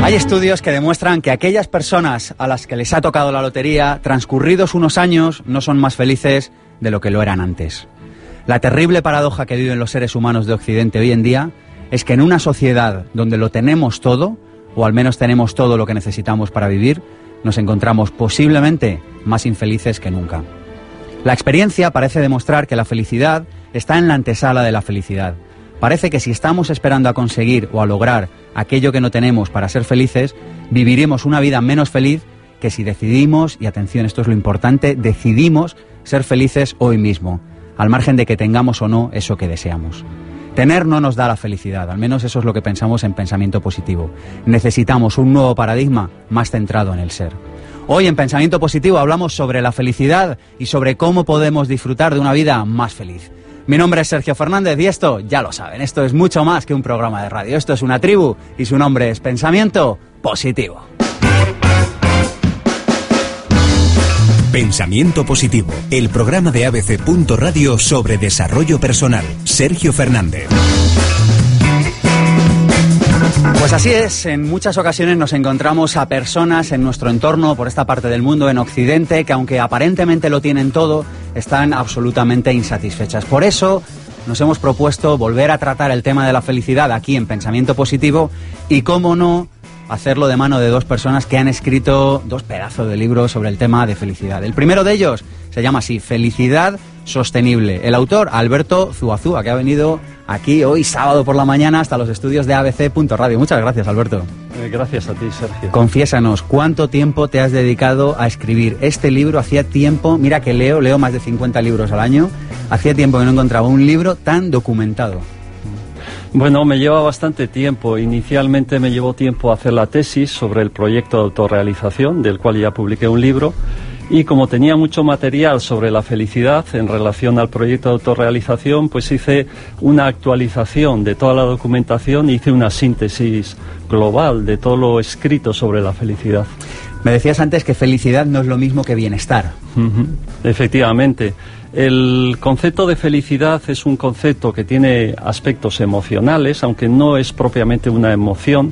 Hay estudios que demuestran que aquellas personas a las que les ha tocado la lotería, transcurridos unos años, no son más felices de lo que lo eran antes. La terrible paradoja que viven los seres humanos de Occidente hoy en día es que en una sociedad donde lo tenemos todo, o al menos tenemos todo lo que necesitamos para vivir, nos encontramos posiblemente más infelices que nunca. La experiencia parece demostrar que la felicidad está en la antesala de la felicidad. Parece que si estamos esperando a conseguir o a lograr aquello que no tenemos para ser felices, viviremos una vida menos feliz que si decidimos, y atención, esto es lo importante, decidimos ser felices hoy mismo, al margen de que tengamos o no eso que deseamos. Tener no nos da la felicidad, al menos eso es lo que pensamos en Pensamiento Positivo. Necesitamos un nuevo paradigma más centrado en el ser. Hoy en Pensamiento Positivo hablamos sobre la felicidad y sobre cómo podemos disfrutar de una vida más feliz. Mi nombre es Sergio Fernández y esto, ya lo saben, esto es mucho más que un programa de radio. Esto es una tribu y su nombre es Pensamiento Positivo. Pensamiento Positivo, el programa de ABC.radio sobre desarrollo personal. Sergio Fernández. Pues así es, en muchas ocasiones nos encontramos a personas en nuestro entorno, por esta parte del mundo, en Occidente, que aunque aparentemente lo tienen todo, están absolutamente insatisfechas. Por eso nos hemos propuesto volver a tratar el tema de la felicidad aquí en Pensamiento Positivo y, cómo no, hacerlo de mano de dos personas que han escrito dos pedazos de libros sobre el tema de felicidad. El primero de ellos se llama así, Felicidad Sostenible. El autor, Alberto Zuazúa, que ha venido aquí hoy sábado por la mañana hasta los estudios de ABC.radio. Muchas gracias, Alberto. Gracias a ti, Sergio. Confiésanos, ¿cuánto tiempo te has dedicado a escribir este libro? Hacía tiempo, mira que leo más de 50 libros al año, hacía tiempo que no encontraba un libro tan documentado. Bueno, me lleva bastante tiempo. Inicialmente me llevó tiempo hacer la tesis sobre el proyecto de autorrealización, del cual ya publiqué un libro. Y como tenía mucho material sobre la felicidad en relación al proyecto de autorrealización, pues hice una actualización de toda la documentación, hice una síntesis global de todo lo escrito sobre la felicidad. Me decías antes que felicidad no es lo mismo que bienestar. Efectivamente. El concepto de felicidad es un concepto que tiene aspectos emocionales, aunque no es propiamente una emoción.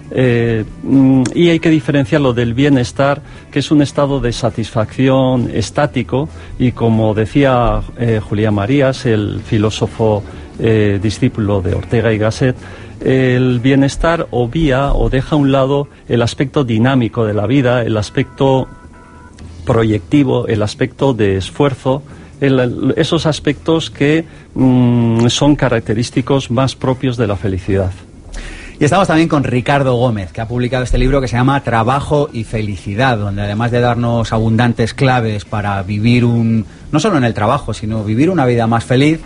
Y hay que diferenciarlo del bienestar, que es un estado de satisfacción estático, y como decía Julián Marías, el filósofo discípulo de Ortega y Gasset, el bienestar obvia o deja a un lado el aspecto dinámico de la vida, el aspecto proyectivo, el aspecto de esfuerzo, esos aspectos que son característicos más propios de la felicidad. Y estamos también con Ricardo Gómez, que ha publicado este libro que se llama Trabajo y Felicidad, donde además de darnos abundantes claves para vivir no solo en el trabajo, sino vivir una vida más feliz,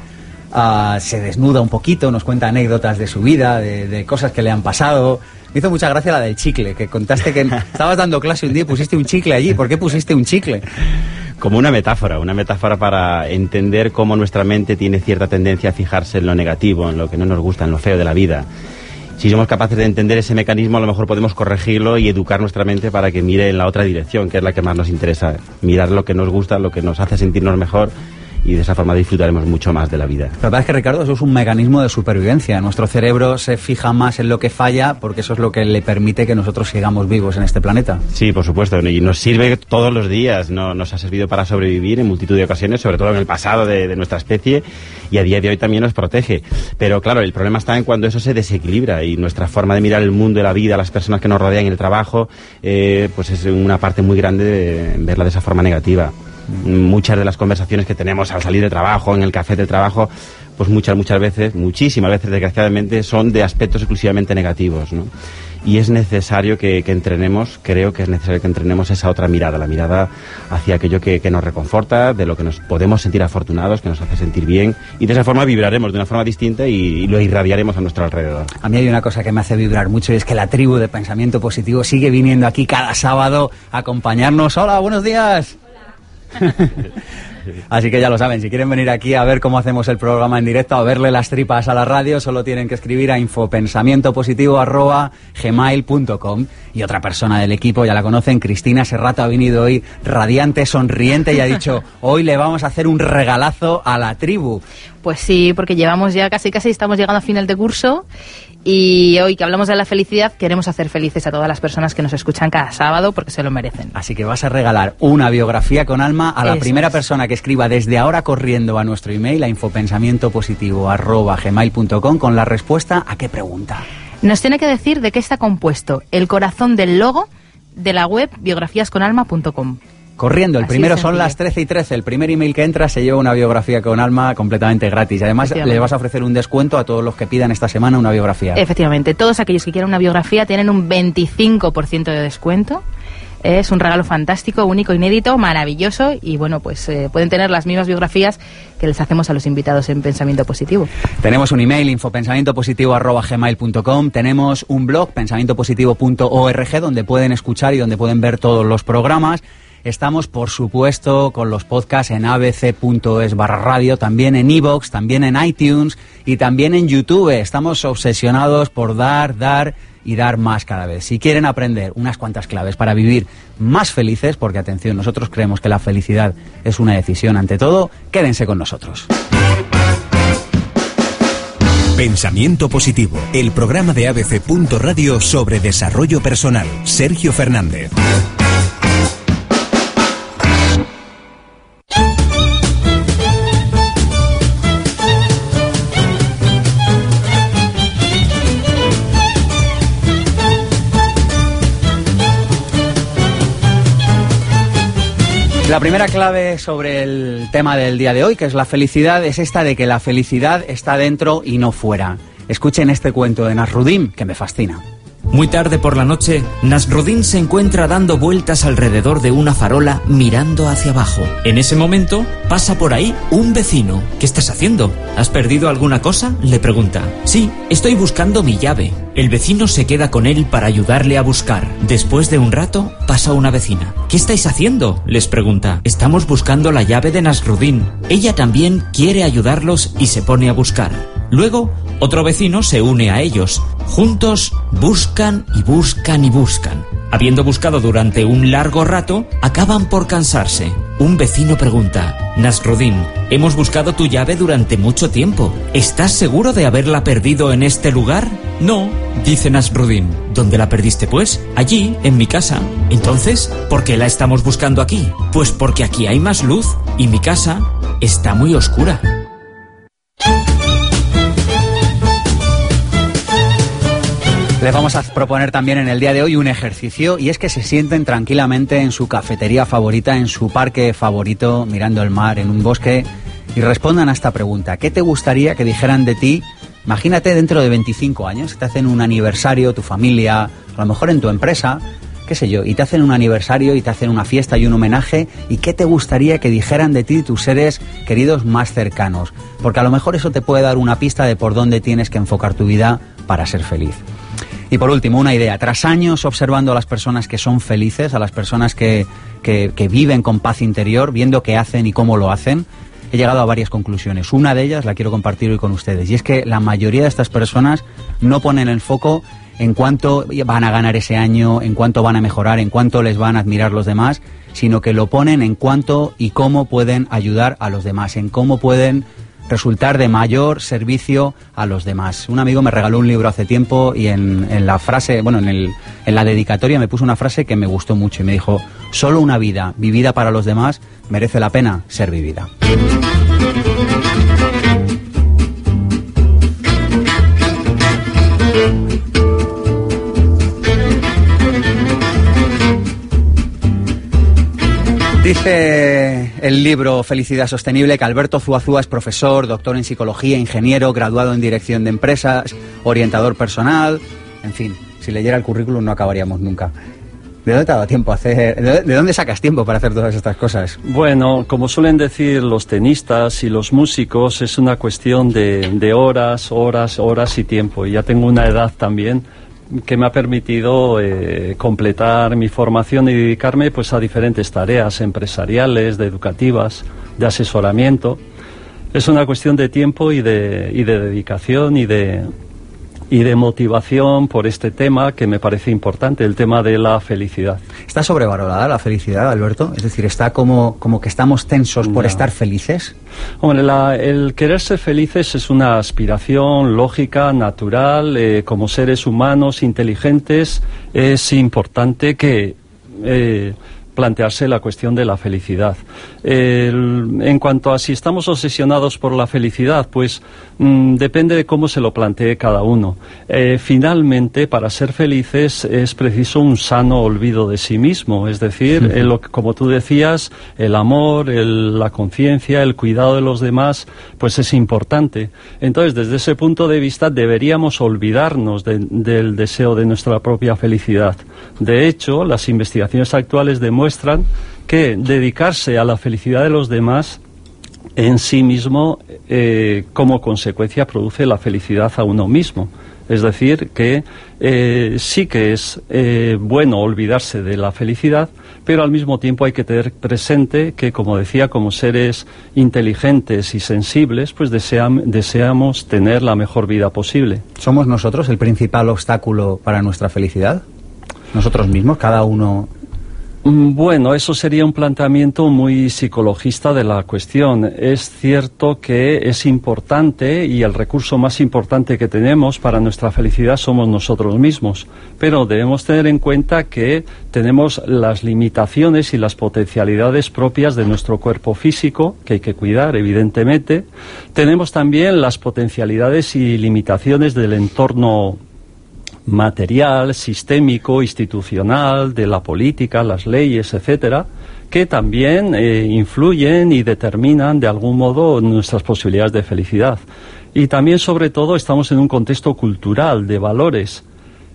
se desnuda un poquito, nos cuenta anécdotas de su vida, de cosas que le han pasado. Me hizo mucha gracia la del chicle, que contaste que estabas dando clase un día y pusiste un chicle allí. ¿Por qué pusiste un chicle? Como una metáfora para entender cómo nuestra mente tiene cierta tendencia a fijarse en lo negativo, en lo que no nos gusta, en lo feo de la vida. Si somos capaces de entender ese mecanismo, a lo mejor podemos corregirlo y educar nuestra mente para que mire en la otra dirección, que es la que más nos interesa. Mirar lo que nos gusta, lo que nos hace sentirnos mejor, y de esa forma disfrutaremos mucho más de la vida. La verdad es que, Ricardo, eso es un mecanismo de supervivencia. Nuestro cerebro se fija más en lo que falla porque eso es lo que le permite que nosotros sigamos vivos en este planeta. Sí, por supuesto, y nos sirve todos los días, nos ha servido para sobrevivir en multitud de ocasiones, sobre todo en el pasado de nuestra especie, y a día de hoy también nos protege. Pero claro, el problema está en cuando eso se desequilibra y nuestra forma de mirar el mundo y la vida, las personas que nos rodean en el trabajo, pues es una parte muy grande de verla de esa forma negativa. Muchas de las conversaciones que tenemos al salir de trabajo, en el café de trabajo, pues muchísimas veces, desgraciadamente, son de aspectos exclusivamente negativos, ¿no? Y es necesario que entrenemos, creo que es necesario que entrenemos esa otra mirada, la mirada hacia aquello que nos reconforta, de lo que nos podemos sentir afortunados, que nos hace sentir bien, y de esa forma vibraremos de una forma distinta y lo irradiaremos a nuestro alrededor. A mí hay una cosa que me hace vibrar mucho y es que la tribu de Pensamiento Positivo sigue viniendo aquí cada sábado a acompañarnos. ¡Hola, buenos días! Así que ya lo saben, si quieren venir aquí a ver cómo hacemos el programa en directo, a verle las tripas a la radio, solo tienen que escribir a infopensamientopositivo@gmail.com. Y otra persona del equipo, ya la conocen, Cristina Serrato, ha venido hoy radiante, sonriente y ha dicho, hoy le vamos a hacer un regalazo a la tribu. Pues sí, porque llevamos ya casi estamos llegando a final de curso. Y hoy que hablamos de la felicidad, queremos hacer felices a todas las personas que nos escuchan cada sábado porque se lo merecen. Así que vas a regalar una biografía con alma a la primera persona que escriba desde ahora corriendo a nuestro email a infopensamientopositivo@gmail.com con la respuesta a qué pregunta. Nos tiene que decir de qué está compuesto el corazón del logo de la web biografiasconalma.com. Corriendo, el Así primero sencillo. son las 13:13. El primer email que entra se lleva una biografía con alma completamente gratis. Además, le vas a ofrecer un descuento a todos los que pidan esta semana una biografía. Efectivamente, todos aquellos que quieran una biografía tienen un 25% de descuento. Es un regalo fantástico, único, inédito, maravilloso y bueno, pues pueden tener las mismas biografías que les hacemos a los invitados en Pensamiento Positivo. Tenemos un email, infopensamientopositivo@gmail.com. Tenemos un blog, pensamientopositivo.org, donde pueden escuchar y donde pueden ver todos los programas. Estamos, por supuesto, con los podcasts en abc.es/radio, también en iVoox, también en iTunes y también en YouTube. Estamos obsesionados por dar y dar más cada vez. Si quieren aprender unas cuantas claves para vivir más felices, porque atención, nosotros creemos que la felicidad es una decisión ante todo, quédense con nosotros. Pensamiento Positivo, el programa de abc.radio sobre desarrollo personal. Sergio Fernández. La primera clave sobre el tema del día de hoy, que es la felicidad, es esta de que la felicidad está dentro y no fuera. Escuchen este cuento de Nasruddin, que me fascina. Muy tarde por la noche, Nasruddin se encuentra dando vueltas alrededor de una farola mirando hacia abajo. En ese momento, pasa por ahí un vecino. ¿Qué estás haciendo? ¿Has perdido alguna cosa?, le pregunta. Sí, estoy buscando mi llave. El vecino se queda con él para ayudarle a buscar. Después de un rato, pasa una vecina. ¿Qué estáis haciendo?, les pregunta. Estamos buscando la llave de Nasruddin. Ella también quiere ayudarlos y se pone a buscar. Luego, otro vecino se une a ellos. Juntos buscan y buscan y buscan. Habiendo buscado durante un largo rato, acaban por cansarse. Un vecino pregunta: Nasruddin, hemos buscado tu llave durante mucho tiempo. ¿Estás seguro de haberla perdido en este lugar? No, dice Nasruddin. ¿Dónde la perdiste, pues? Allí, en mi casa. Entonces, ¿por qué la estamos buscando aquí? Pues porque aquí hay más luz y mi casa está muy oscura. Les vamos a proponer también en el día de hoy un ejercicio, y es que se sienten tranquilamente en su cafetería favorita, en su parque favorito, mirando el mar, en un bosque, y respondan a esta pregunta. ¿Qué te gustaría que dijeran de ti? Imagínate dentro de 25 años, te hacen un aniversario, tu familia, a lo mejor en tu empresa, qué sé yo, y te hacen un aniversario y te hacen una fiesta y un homenaje, ¿y qué te gustaría que dijeran de ti tus seres queridos más cercanos? Porque a lo mejor eso te puede dar una pista de por dónde tienes que enfocar tu vida para ser feliz. Y por último, una idea. Tras años observando a las personas que son felices, a las personas que viven con paz interior, viendo qué hacen y cómo lo hacen, he llegado a varias conclusiones. Una de ellas la quiero compartir hoy con ustedes, y es que la mayoría de estas personas no ponen el foco en cuánto van a ganar ese año, en cuánto van a mejorar, en cuánto les van a admirar los demás, sino que lo ponen en cuánto y cómo pueden ayudar a los demás, en cómo pueden resultar de mayor servicio a los demás. Un amigo me regaló un libro hace tiempo y en la frase, bueno, en la dedicatoria me puso una frase que me gustó mucho y me dijo: solo una vida vivida para los demás merece la pena ser vivida. Dice el libro Felicidad Sostenible que Alberto Zuazúa es profesor, doctor en psicología, ingeniero, graduado en dirección de empresas, orientador personal, en fin, si leyera el currículum no acabaríamos nunca. ¿De dónde te ha dado tiempo a hacer? ¿De dónde sacas tiempo para hacer todas estas cosas? Bueno, como suelen decir los tenistas y los músicos, es una cuestión de horas y tiempo. Y ya tengo una edad también que me ha permitido completar mi formación y dedicarme pues a diferentes tareas empresariales, educativas. de asesoramiento. Es una cuestión de tiempo y de dedicación y de motivación por este tema que me parece importante, el tema de la felicidad. ¿Está sobrevalorada la felicidad, Alberto? Es decir, ¿está como que estamos tensos por estar felices? Hombre, el querer ser felices es una aspiración lógica, natural. Como seres humanos inteligentes es importante que plantearse la cuestión de la felicidad. En cuanto a si estamos obsesionados por la felicidad, pues depende de cómo se lo plantee cada uno. Finalmente, para ser felices es preciso un sano olvido de sí mismo, es decir, como tú decías, el amor, la conciencia, el cuidado de los demás, pues es importante. Entonces, desde ese punto de vista, deberíamos olvidarnos del deseo de nuestra propia felicidad. De hecho, las investigaciones actuales demuestran que dedicarse a la felicidad de los demás en sí mismo, como consecuencia, produce la felicidad a uno mismo. Es decir, que sí que es bueno olvidarse de la felicidad, pero al mismo tiempo hay que tener presente que, como decía, como seres inteligentes y sensibles, pues deseamos tener la mejor vida posible. ¿Somos nosotros el principal obstáculo para nuestra felicidad? ¿Nosotros mismos, cada uno? Bueno, eso sería un planteamiento muy psicologista de la cuestión. Es cierto que es importante y el recurso más importante que tenemos para nuestra felicidad somos nosotros mismos, pero debemos tener en cuenta que tenemos las limitaciones y las potencialidades propias de nuestro cuerpo físico, que hay que cuidar, evidentemente. Tenemos también las potencialidades y limitaciones del entorno material, sistémico, institucional, de la política, las leyes, etcétera, que también influyen y determinan de algún modo nuestras posibilidades de felicidad. Y también, sobre todo, estamos en un contexto cultural, de valores,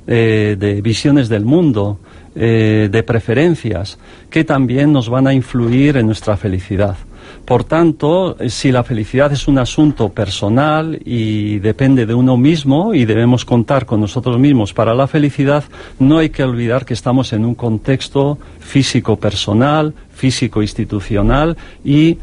de visiones del mundo, de preferencias, que también nos van a influir en nuestra felicidad. Por tanto, si la felicidad es un asunto personal y depende de uno mismo y debemos contar con nosotros mismos para la felicidad, no hay que olvidar que estamos en un contexto físico-personal, físico-institucional y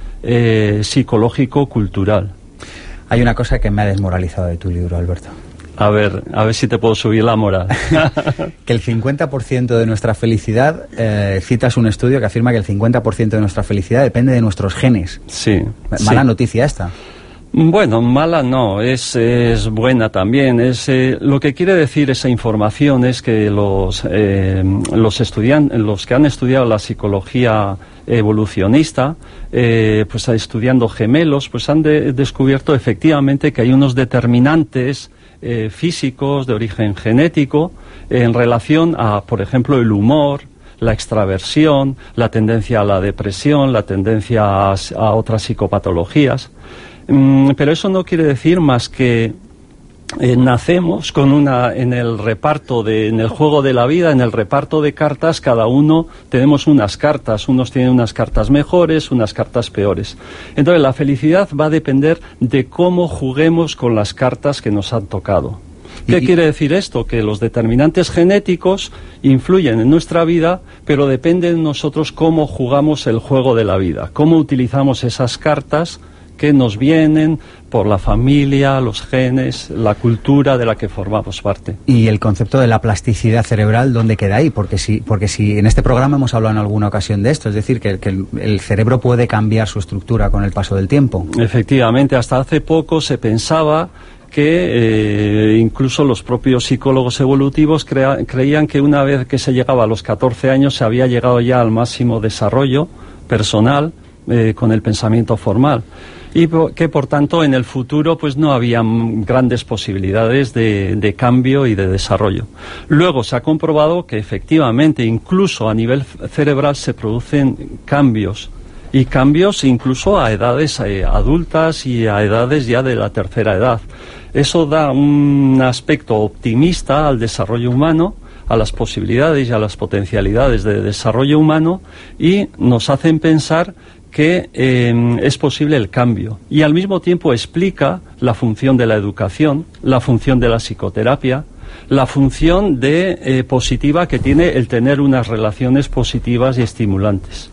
psicológico-cultural. Hay una cosa que me ha desmoralizado de tu libro, Alberto. A ver si te puedo subir la moral. Que el 50% de nuestra felicidad, citas un estudio que afirma que el 50% de nuestra felicidad depende de nuestros genes. Sí. Mala noticia esta. Bueno, mala no, es buena también. Lo que quiere decir esa información es que los estudiantes, los que han estudiado la psicología evolucionista, pues estudiando gemelos, pues han descubierto efectivamente que hay unos determinantes físicos de origen genético en relación a, por ejemplo, el humor, la extraversión, la tendencia a la depresión, la tendencia a otras psicopatologías. Pero eso no quiere decir más que nacemos con en el juego de la vida, en el reparto de cartas, cada uno tenemos unas cartas, unos tienen unas cartas mejores, unas cartas peores. Entonces la felicidad va a depender de cómo juguemos con las cartas que nos han tocado. ¿Qué quiere decir esto? Que los determinantes genéticos influyen en nuestra vida, pero depende de nosotros cómo jugamos el juego de la vida, cómo utilizamos esas cartas que nos vienen por la familia, los genes, la cultura de la que formamos parte. Y el concepto de la plasticidad cerebral, ¿dónde queda ahí? Porque si en este programa hemos hablado en alguna ocasión de esto, es decir, que el cerebro puede cambiar su estructura con el paso del tiempo. Efectivamente, hasta hace poco se pensaba que incluso los propios psicólogos evolutivos creían que una vez que se llegaba a los 14 años se había llegado ya al máximo desarrollo personal con el pensamiento formal. Y que por tanto en el futuro pues no había grandes posibilidades de cambio y de desarrollo. Luego se ha comprobado que efectivamente incluso a nivel cerebral se producen cambios, y cambios incluso a edades adultas y a edades ya de la tercera edad. Eso da un aspecto optimista al desarrollo humano, a las posibilidades y a las potencialidades de desarrollo humano, y nos hacen pensar que es posible el cambio, y al mismo tiempo explica la función de la educación, la función de la psicoterapia, la función positiva que tiene el tener unas relaciones positivas y estimulantes.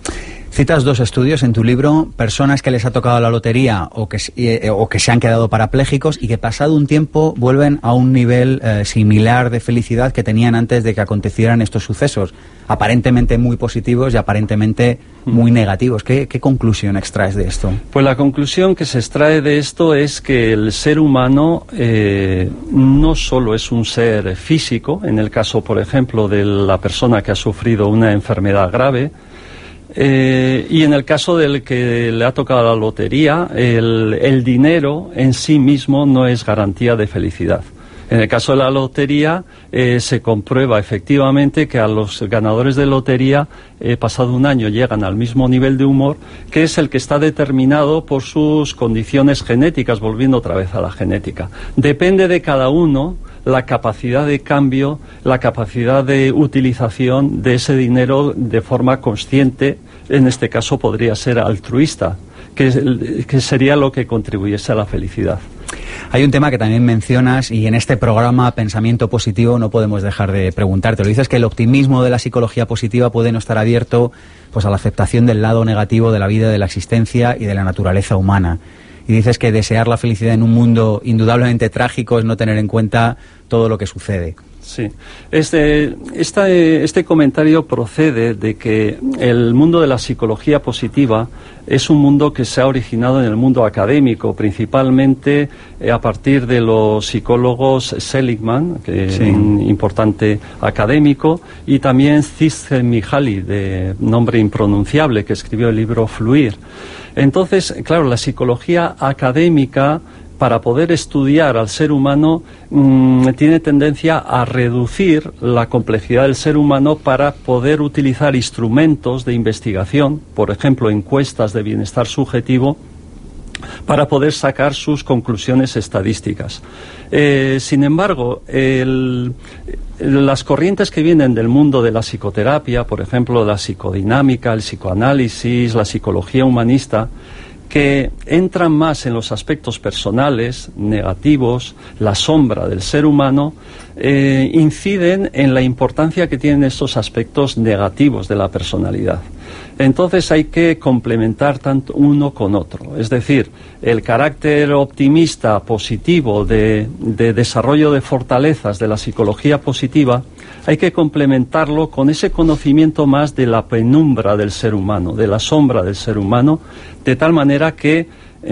Citas 2 estudios en tu libro, personas que les ha tocado la lotería o que se han quedado parapléjicos y que pasado un tiempo vuelven a un nivel similar de felicidad que tenían antes de que acontecieran estos sucesos, aparentemente muy positivos y aparentemente muy negativos. ¿Qué conclusión extraes de esto? Pues la conclusión que se extrae de esto es que el ser humano no solo es un ser físico, en el caso, por ejemplo, de la persona que ha sufrido una enfermedad grave, y en el caso del que le ha tocado la lotería, el dinero en sí mismo no es garantía de felicidad. En el caso de la lotería se comprueba efectivamente que a los ganadores de lotería, pasado un año, llegan al mismo nivel de humor, que es el que está determinado por sus condiciones genéticas, volviendo otra vez a la genética. Depende de cada uno la capacidad de cambio, la capacidad de utilización de ese dinero de forma consciente, en este caso podría ser altruista, que sería lo que contribuyese a la felicidad. Hay un tema que también mencionas y en este programa Pensamiento Positivo no podemos dejar de preguntarte. Lo dices que el optimismo de la psicología positiva puede no estar abierto pues a la aceptación del lado negativo de la vida, de la existencia y de la naturaleza humana. Y dices que desear la felicidad en un mundo indudablemente trágico es no tener en cuenta todo lo que sucede. Sí. Este comentario procede de que el mundo de la psicología positiva es un mundo que se ha originado en el mundo académico, principalmente a partir de los psicólogos Seligman, que es un importante académico, y también Csikszentmihalyi, de nombre impronunciable, que escribió el libro Fluir. Entonces, claro, la psicología académica, para poder estudiar al ser humano, tiene tendencia a reducir la complejidad del ser humano para poder utilizar instrumentos de investigación, por ejemplo, encuestas de bienestar subjetivo, para poder sacar sus conclusiones estadísticas. Sin embargo, las corrientes que vienen del mundo de la psicoterapia, por ejemplo, la psicodinámica, el psicoanálisis, la psicología humanista, que entran más en los aspectos personales, negativos, la sombra del ser humano, inciden en la importancia que tienen estos aspectos negativos de la personalidad. Entonces hay que complementar tanto uno con otro. Es decir, el carácter optimista, positivo, de desarrollo de fortalezas de la psicología positiva, hay que complementarlo con ese conocimiento más de la penumbra del ser humano, de la sombra del ser humano, de tal manera que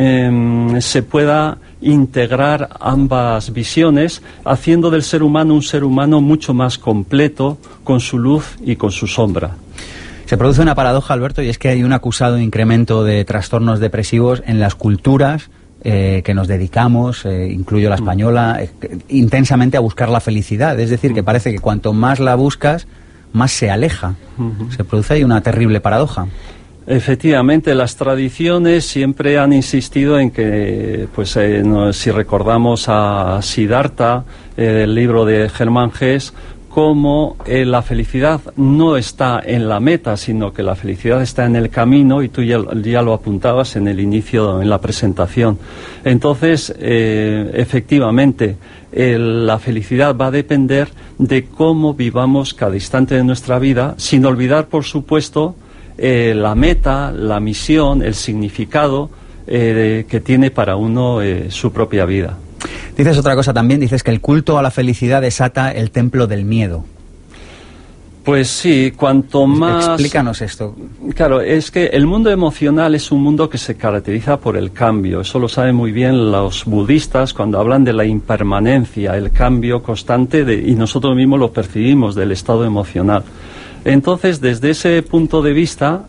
se pueda integrar ambas visiones, haciendo del ser humano un ser humano mucho más completo, con su luz y con su sombra. Se produce una paradoja, Alberto, y es que hay un acusado incremento de trastornos depresivos en las culturas que nos dedicamos, incluyo la española, intensamente a buscar la felicidad. Es decir, que parece que cuanto más la buscas, más se aleja. Se produce ahí una terrible paradoja. Efectivamente, las tradiciones siempre han insistido en que, pues, si recordamos a Siddhartha, el libro de Germán Hesse, como la felicidad no está en la meta, sino que la felicidad está en el camino, y tú ya lo apuntabas en el inicio, en la presentación. Entonces, efectivamente, la felicidad va a depender de cómo vivamos cada instante de nuestra vida, sin olvidar, por supuesto, la meta, la misión, el significado que tiene para uno su propia vida. Dices otra cosa también, dices que el culto a la felicidad desata el templo del miedo. Pues sí, cuanto más... Explícanos esto. Claro, es que el mundo emocional es un mundo que se caracteriza por el cambio. Eso lo saben muy bien los budistas cuando hablan de la impermanencia, el cambio constante, y nosotros mismos lo percibimos del estado emocional. Entonces, desde ese punto de vista,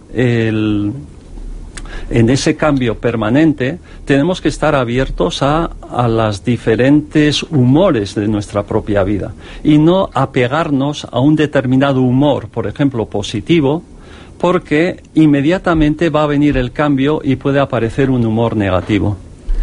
en ese cambio permanente, tenemos que estar abiertos a los diferentes humores de nuestra propia vida y no apegarnos a un determinado humor, por ejemplo, positivo, porque inmediatamente va a venir el cambio y puede aparecer un humor negativo.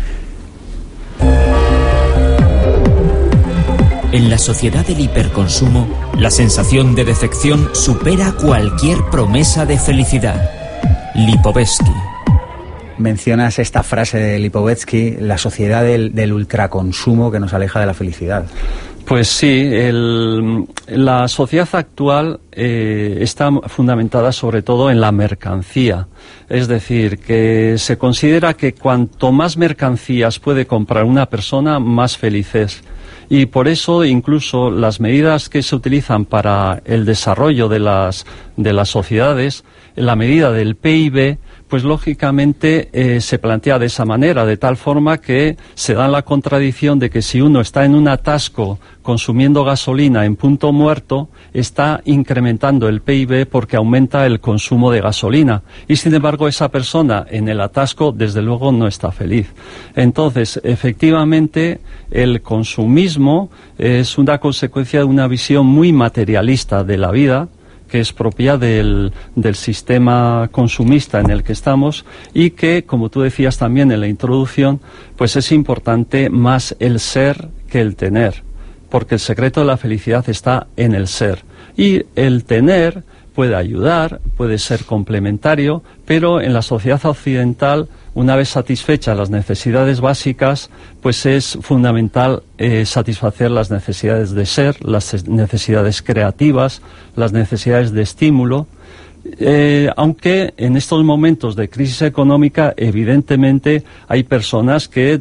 En la sociedad del hiperconsumo, la sensación de decepción supera cualquier promesa de felicidad. Lipovetsky. Mencionas esta frase de Lipovetsky, la sociedad del ultraconsumo que nos aleja de la felicidad. Pues sí, la sociedad actual está fundamentada sobre todo en la mercancía. Es decir, que se considera que cuanto más mercancías puede comprar una persona, más feliz es. Y por eso incluso las medidas que se utilizan para el desarrollo de las sociedades, la medida del PIB, pues lógicamente se plantea de esa manera, de tal forma que se da la contradicción de que si uno está en un atasco consumiendo gasolina en punto muerto, está incrementando el PIB porque aumenta el consumo de gasolina. Y sin embargo esa persona en el atasco desde luego no está feliz. Entonces, efectivamente, el consumismo es una consecuencia de una visión muy materialista de la vida, que es propia del sistema consumista en el que estamos y que, como tú decías también en la introducción, pues es importante más el ser que el tener, porque el secreto de la felicidad está en el ser. Y el tener puede ayudar, puede ser complementario, pero en la sociedad occidental, una vez satisfechas las necesidades básicas, pues es fundamental satisfacer las necesidades de ser, las necesidades creativas, las necesidades de estímulo, aunque en estos momentos de crisis económica, evidentemente, hay personas que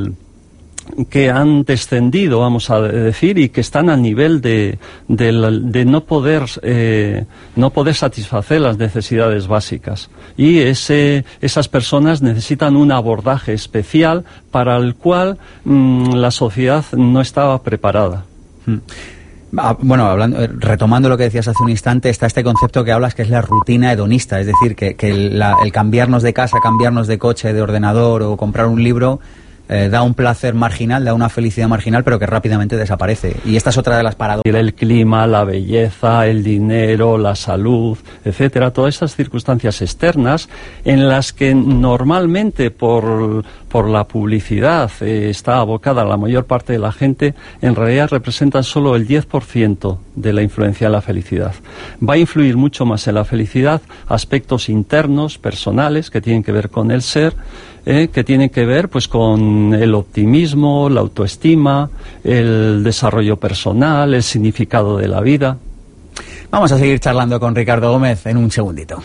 han descendido, vamos a decir, y que están al nivel de no poder satisfacer las necesidades básicas. Y esas personas necesitan un abordaje especial para el cual la sociedad no estaba preparada. Bueno, retomando lo que decías hace un instante, está este concepto que hablas que es la rutina hedonista, es decir, que el cambiarnos de casa, cambiarnos de coche, de ordenador o comprar un libro da un placer marginal, da una felicidad marginal, pero que rápidamente desaparece. Y esta es otra de las paradojas. El clima, la belleza, el dinero, la salud, etcétera, todas esas circunstancias externas en las que normalmente por la publicidad está abocada la mayor parte de la gente, en realidad representan solo el 10% de la influencia de la felicidad. Va a influir mucho más en la felicidad aspectos internos, personales, que tienen que ver con el ser, que tienen que ver pues con el optimismo, la autoestima, el desarrollo personal, el significado de la vida. Vamos a seguir charlando con Ricardo Gómez en un segundito.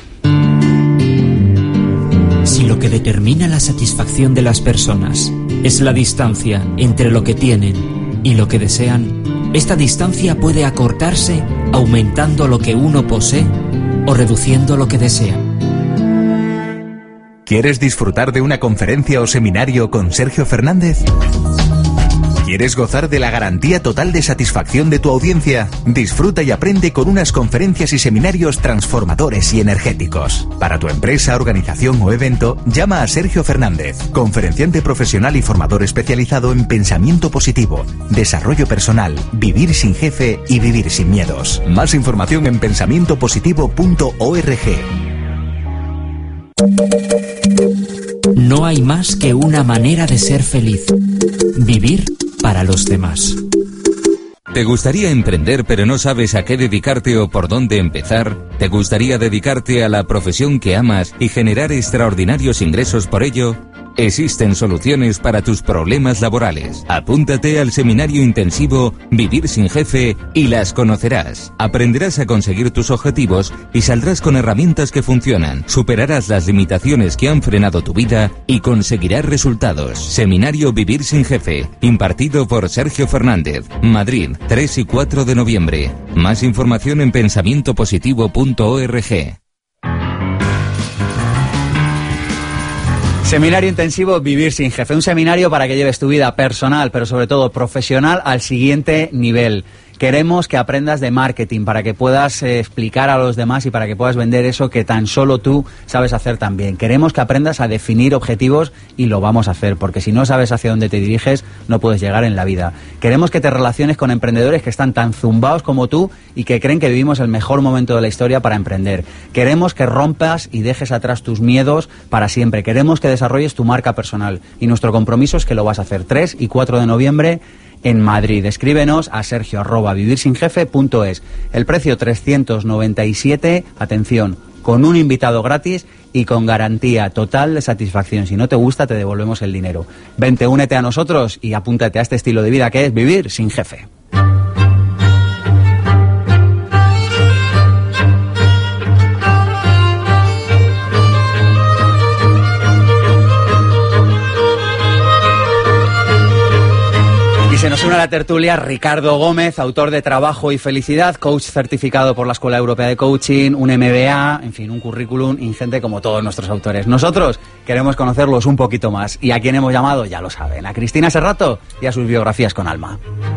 Si lo que determina la satisfacción de las personas es la distancia entre lo que tienen y lo que desean, esta distancia puede acortarse aumentando lo que uno posee o reduciendo lo que desea. ¿Quieres disfrutar de una conferencia o seminario con Sergio Fernández? ¿Quieres gozar de la garantía total de satisfacción de tu audiencia? Disfruta y aprende con unas conferencias y seminarios transformadores y energéticos. Para tu empresa, organización o evento, llama a Sergio Fernández, conferenciante profesional y formador especializado en pensamiento positivo, desarrollo personal, vivir sin jefe y vivir sin miedos. Más información en pensamientopositivo.org. No hay más que una manera de ser feliz: vivir para los demás. ¿Te gustaría emprender pero no sabes a qué dedicarte o por dónde empezar? ¿Te gustaría dedicarte a la profesión que amas y generar extraordinarios ingresos por ello? Existen soluciones para tus problemas laborales. Apúntate al seminario intensivo Vivir sin Jefe y las conocerás. Aprenderás a conseguir tus objetivos y saldrás con herramientas que funcionan. Superarás las limitaciones que han frenado tu vida y conseguirás resultados. Seminario Vivir sin Jefe, impartido por Sergio Fernández. Madrid, 3 y 4 de noviembre. Más información en pensamientopositivo.org. Seminario intensivo Vivir sin Jefe, un seminario para que lleves tu vida personal, pero sobre todo profesional, al siguiente nivel. Queremos que aprendas de marketing para que puedas explicar a los demás y para que puedas vender eso que tan solo tú sabes hacer tan bien. Queremos que aprendas a definir objetivos y lo vamos a hacer, porque si no sabes hacia dónde te diriges, no puedes llegar en la vida. Queremos que te relaciones con emprendedores que están tan zumbados como tú y que creen que vivimos el mejor momento de la historia para emprender. Queremos que rompas y dejes atrás tus miedos para siempre. Queremos que desarrolles tu marca personal y nuestro compromiso es que lo vas a hacer 3 y 4 de noviembre en Madrid. Escríbenos a sergio@vivirsinjefe.es. El precio 397, atención, con un invitado gratis y con garantía total de satisfacción. Si no te gusta, te devolvemos el dinero. Vente, únete a nosotros y apúntate a este estilo de vida que es vivir sin jefe. se nos une a la tertulia Ricardo Gómez, autor de Trabajo y Felicidad, coach certificado por la Escuela Europea de Coaching, un MBA, en fin, un currículum ingente como todos nuestros autores. Nosotros queremos conocerlos un poquito más y a quien hemos llamado ya lo saben, a Cristina Serrato y a sus biografías con alma.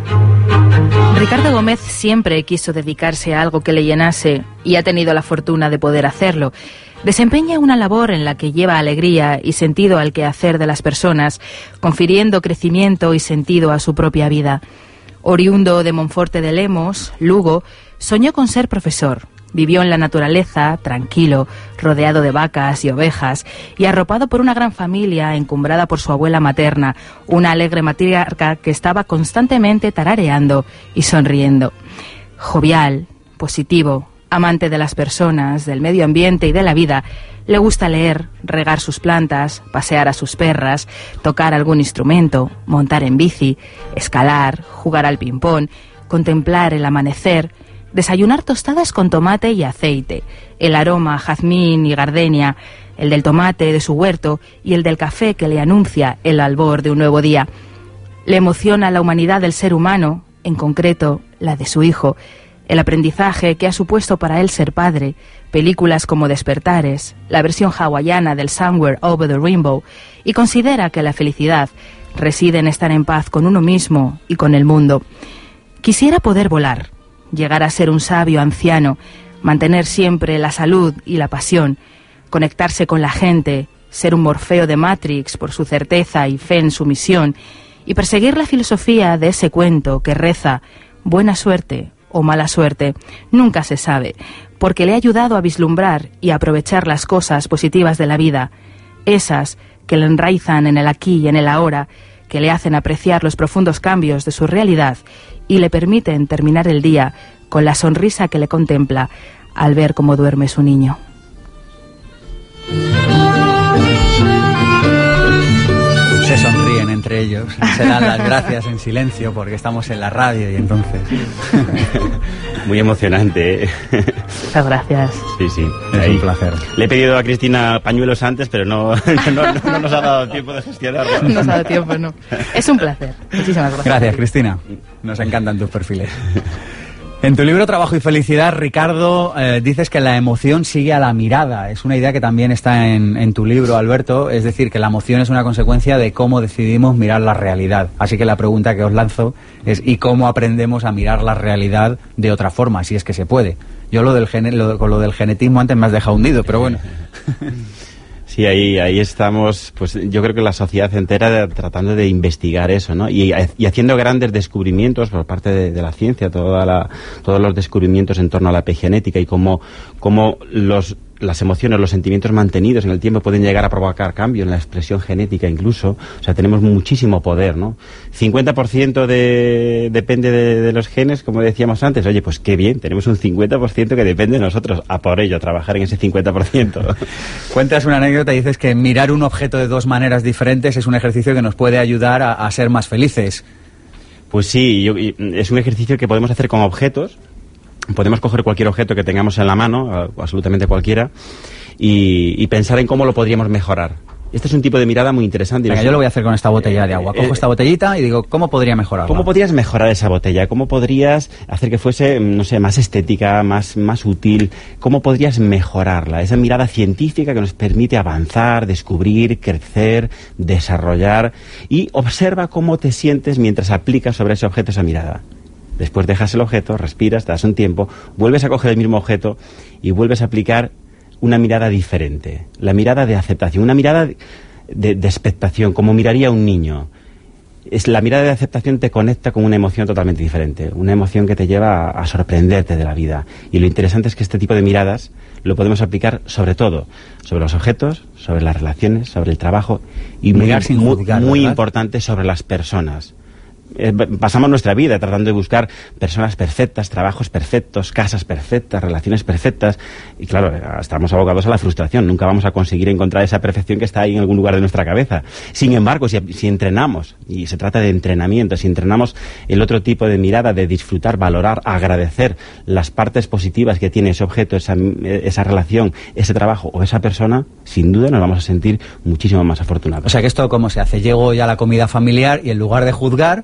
Ricardo Gómez siempre quiso dedicarse a algo que le llenase y ha tenido la fortuna de poder hacerlo. Desempeña una labor en la que lleva alegría y sentido al quehacer de las personas, confiriendo crecimiento y sentido a su propia vida. Oriundo de Monforte de Lemos, Lugo, soñó con ser profesor. Vivió en la naturaleza, tranquilo, rodeado de vacas y ovejas, y arropado por una gran familia encumbrada por su abuela materna, una alegre matriarca que estaba constantemente tarareando y sonriendo. Jovial, positivo, amante de las personas, del medio ambiente y de la vida, le gusta leer, regar sus plantas, pasear a sus perras, tocar algún instrumento, montar en bici, escalar, jugar al ping-pong, contemplar el amanecer, desayunar tostadas con tomate y aceite, el aroma jazmín y gardenia, el del tomate de su huerto y el del café que le anuncia el albor de un nuevo día. Le emociona la humanidad del ser humano, en concreto la de su hijo, el aprendizaje que ha supuesto para él ser padre, películas como Despertares, la versión hawaiana del Somewhere Over the Rainbow, y considera que la felicidad reside en estar en paz con uno mismo y con el mundo. Quisiera poder volar, llegar a ser un sabio anciano, mantener siempre la salud y la pasión, conectarse con la gente, ser un Morfeo de Matrix por su certeza y fe en su misión, y perseguir la filosofía de ese cuento que reza buena suerte o mala suerte, nunca se sabe, porque le ha ayudado a vislumbrar y a aprovechar las cosas positivas de la vida, esas que le enraizan en el aquí y en el ahora, que le hacen apreciar los profundos cambios de su realidad y le permiten terminar el día con la sonrisa que le contempla al ver cómo duerme su niño. Se sonríen entre ellos, se dan las gracias en silencio porque estamos en la radio y entonces... Muy emocionante, ¿eh? Muchas gracias. Sí, sí. Es un placer. Le he pedido a Cristina pañuelos antes, pero no nos ha dado tiempo de gestionarlo. No nos ha dado tiempo, no. Es un placer. Muchísimas gracias. Gracias, Cristina. Nos encantan tus perfiles. En tu libro Trabajo y Felicidad, Ricardo, dices que la emoción sigue a la mirada. Es una idea que también está en tu libro, Alberto. Es decir, que la emoción es una consecuencia de cómo decidimos mirar la realidad. Así que la pregunta que os lanzo es ¿y cómo aprendemos a mirar la realidad de otra forma, si es que se puede? Yo con lo del genetismo antes me has dejado hundido, pero bueno. Sí, ahí estamos, pues yo creo que la sociedad entera tratando de investigar eso, ¿no? Y haciendo grandes descubrimientos por parte de la ciencia, todos los descubrimientos en torno a la epigenética y cómo las emociones, los sentimientos mantenidos en el tiempo pueden llegar a provocar cambios en la expresión genética incluso. O sea, tenemos muchísimo poder, ¿no? 50% depende de los genes, como decíamos antes. Oye, pues qué bien, tenemos un 50% que depende de nosotros. A por ello, a trabajar en ese 50%. Cuentas una anécdota y dices que mirar un objeto de dos maneras diferentes es un ejercicio que nos puede ayudar a ser más felices. Pues sí, es un ejercicio que podemos hacer con objetos. Podemos coger cualquier objeto que tengamos en la mano, absolutamente cualquiera, y pensar en cómo lo podríamos mejorar. Este es un tipo de mirada muy interesante. Venga, yo lo voy a hacer con esta botella de agua. Cojo esta botellita y digo, ¿cómo podría mejorarla? ¿Cómo podrías mejorar esa botella? ¿Cómo podrías hacer que fuese, no sé, más estética, más útil? ¿Cómo podrías mejorarla? Esa mirada científica que nos permite avanzar, descubrir, crecer, desarrollar, y observa cómo te sientes mientras aplicas sobre ese objeto esa mirada. Después dejas el objeto, respiras, te das un tiempo, vuelves a coger el mismo objeto y vuelves a aplicar una mirada diferente. La mirada de aceptación, una mirada de expectación, como miraría un niño. La mirada de aceptación te conecta con una emoción totalmente diferente, una emoción que te lleva a sorprenderte de la vida. Y lo interesante es que este tipo de miradas lo podemos aplicar sobre todo, sobre los objetos, sobre las relaciones, sobre el trabajo y muy importante sobre las personas. Pasamos nuestra vida tratando de buscar personas perfectas, trabajos perfectos, casas perfectas, relaciones perfectas, y claro, estamos abocados a la frustración. Nunca vamos a conseguir encontrar esa perfección que está ahí en algún lugar de nuestra cabeza. Sin embargo, si entrenamos, y se trata de entrenamiento, si entrenamos el otro tipo de mirada, de disfrutar, valorar, agradecer las partes positivas que tiene ese objeto, esa relación, ese trabajo o esa persona, sin duda nos vamos a sentir muchísimo más afortunados. O sea que esto, ¿cómo se hace? Llego ya a la comida familiar y en lugar de juzgar,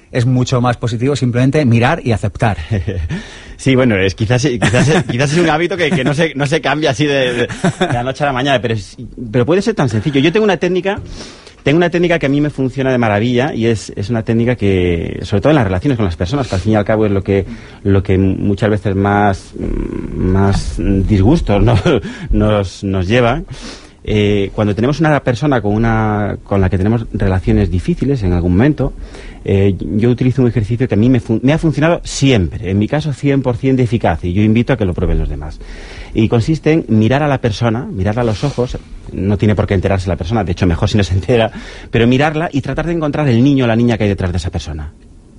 es mucho más positivo simplemente mirar y aceptar. Sí, bueno, quizás es un hábito que no se cambia así de la noche a la mañana, pero puede ser tan sencillo. Yo tengo una técnica que a mí me funciona de maravilla, y es una técnica que, sobre todo en las relaciones con las personas, que al fin y al cabo es lo que muchas veces más disgustos, ¿no? nos lleva. Cuando tenemos una persona con la que tenemos relaciones difíciles en algún momento, yo utilizo un ejercicio que a mí me ha funcionado siempre, en mi caso 100% de eficaz, y yo invito a que lo prueben los demás. Y consiste en mirar a la persona, mirarla a los ojos, no tiene por qué enterarse la persona, de hecho mejor si no se entera, pero mirarla y tratar de encontrar el niño o la niña que hay detrás de esa persona.